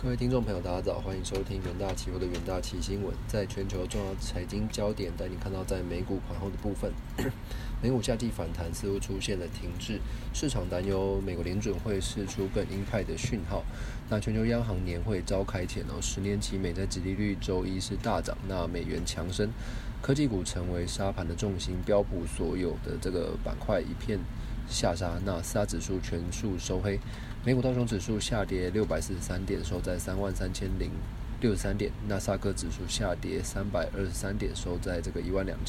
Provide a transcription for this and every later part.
各位听众朋友，大家早，欢迎收听元大期货的元大期新闻。在全球重要财经焦点，带你看到在美股盘后的部分。美股夏季反弹似乎出现了停滞，市场担忧美国联准会释出更鹰派的讯号。那全球央行年会召开前10年期美债殖利率周一是大涨，那美元强升，科技股成为沙盘的重心，标普所有的这个板块一片下杀，那四大指数全数收黑。美股道琼指数下跌643点，收在33063点；纳斯达克指数下跌323点，收在这个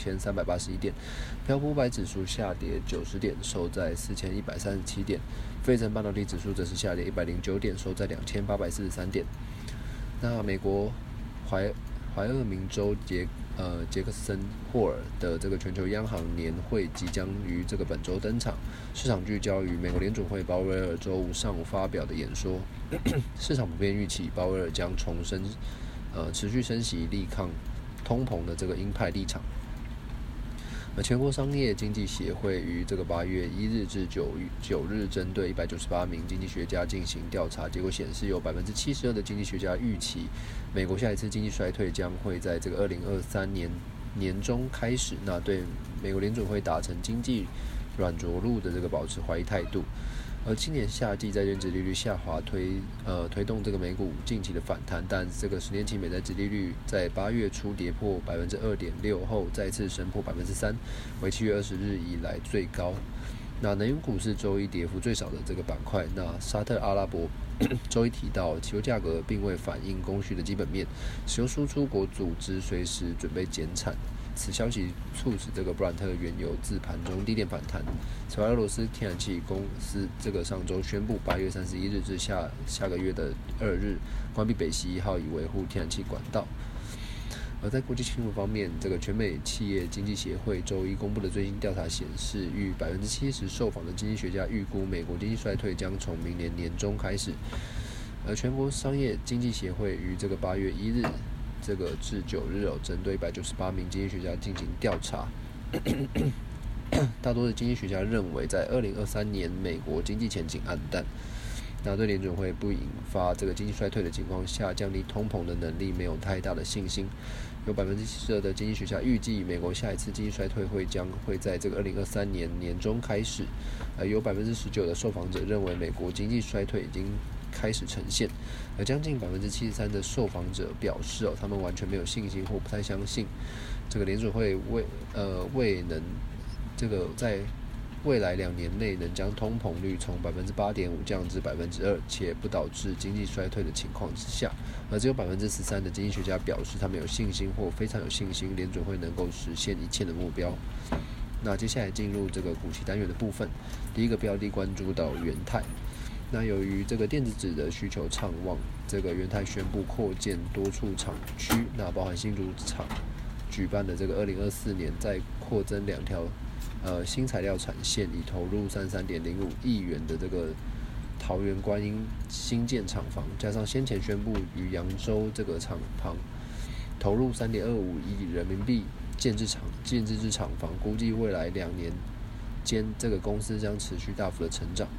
12381点；标普500指数下跌90点，收在4137点；费城半导体指数则是下跌109点，收在2843点。那美国怀俄明州杰克森霍尔的这个全球央行年会即将于这个本周登场，市场聚焦于美国联准会鲍威尔周五上午发表的演说，市场普遍预期鲍威尔将重申持续升息力抗通膨的这个鹰派立场。全国商业经济协会于这个8月1日至9日针对198名经济学家进行调查，结果显示有72%的经济学家预期美国下一次经济衰退将会在这个2023年年中开始，那对美国联准会达成经济软着陆的这个保持怀疑态度。而今年夏季债券殖利率下滑推动这个美股近期的反弹，但这个10年期美债殖利率在8月初跌破 2.6% 后再次升破 3%， 为7月20日以来最高。那能源股是周一跌幅最少的这个板块。那沙特阿拉伯周一提到，汽油价格并未反映供需的基本面，石油输出国组织随时准备减产。此消息促使这个布兰特原油自盘中低点反弹。此外，俄罗斯天然气公司这个上周宣布，8月31日至下个月的2日关闭北溪1号，以维护天然气管道。而在国际新闻方面，这个全美企业经济协会周一公布的最新调查显示，逾70%受访的经济学家预估美国经济衰退将从明年年中开始。而全国商业经济协会于这个8月1日至9日针对198名经济学家进行调查。大多的经济学家认为，在2023年美国经济前景黯淡，那对联准会不引发这个经济衰退的情况下降低通膨的能力没有太大的信心。有72%的经济学家预计美国下一次经济衰退将会在这个2023年年中开始。有19%的受访者认为美国经济衰退已经开始呈现，而将近73%的受访者表示他们完全没有信心或不太相信这个联准会未能这个在未来2年内能将通膨率从 8.5% 降至 2%， 且不导致经济衰退的情况之下。而只有 13% 的经济学家表示他们有信心或非常有信心联准会能够实现一切的目标。那接下来进入这个股息单元的部分，第一个标的关注到元太。那由于这个电子纸的需求畅旺，这个元太宣布扩建多处厂区，那包含新竹厂举办的这个2024年再扩增2条新材料产线，以投入33.05亿元的这个桃园观音新建厂房，加上先前宣布于扬州这个厂旁投入3.25亿人民币建制厂房，估计未来2年间这个公司将持续大幅的成长。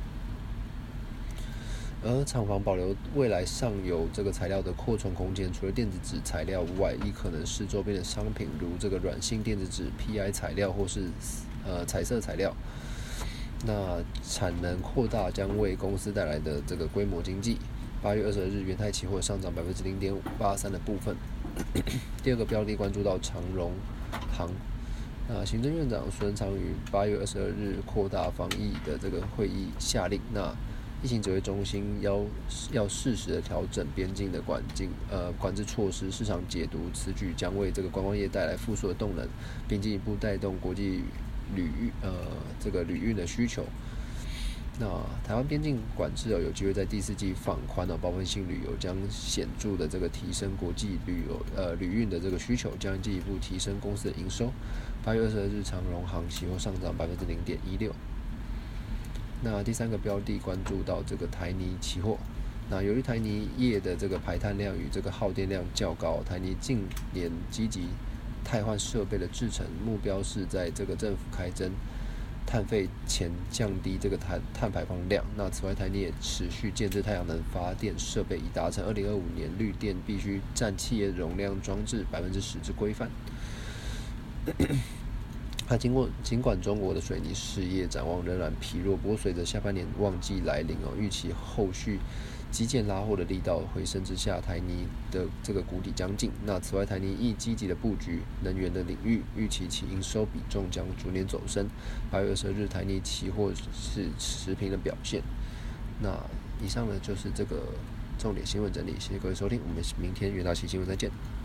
而厂房保留未来上游这个材料的扩充空间，除了电子纸材料外，亦可能是周边的商品，如这个软性电子纸、PI 材料或是彩色材料。那产能扩大将为公司带来的这个规模经济。8月22日，元太期货上涨 0.583% 的部分。第二个标的关注到长荣航。那行政院长孙昌于8月22日扩大防疫的这个会议下令，那疫情指挥中心要适时的调整边境的管制措施，市场解读此举将为这个观光业带来复苏的动能，并进一步带动国际旅运的需求。那台湾边境管制有机会在第4季放宽部分性旅游将显著的这个提升国际旅运的这个需求，将进一步提升公司的营收。8月22日，长荣航期货上涨 0.16%。那第三个标的关注到这个台泥期货。那由于台泥业的这个排碳量与这个耗电量较高，台泥近年积极汰换设备的制程，目标是在这个政府开征碳费前降低这个碳排放量。那此外，台泥也持续建制太阳能发电设备，以达成2025年绿电必须占企业容量装置10%之规范。尽管中国的水泥事业展望仍然疲弱，不过随着下半年旺季来临预期后续基建拉货的力道回升之下，台泥的这个谷底将近。那此外，台泥亦积极的布局能源的领域，预期其营收比重将逐年走升。8月22日，台泥期货是持平的表现。那以上呢就是这个重点新闻整理，谢谢各位收听，我们明天元大期新闻再见。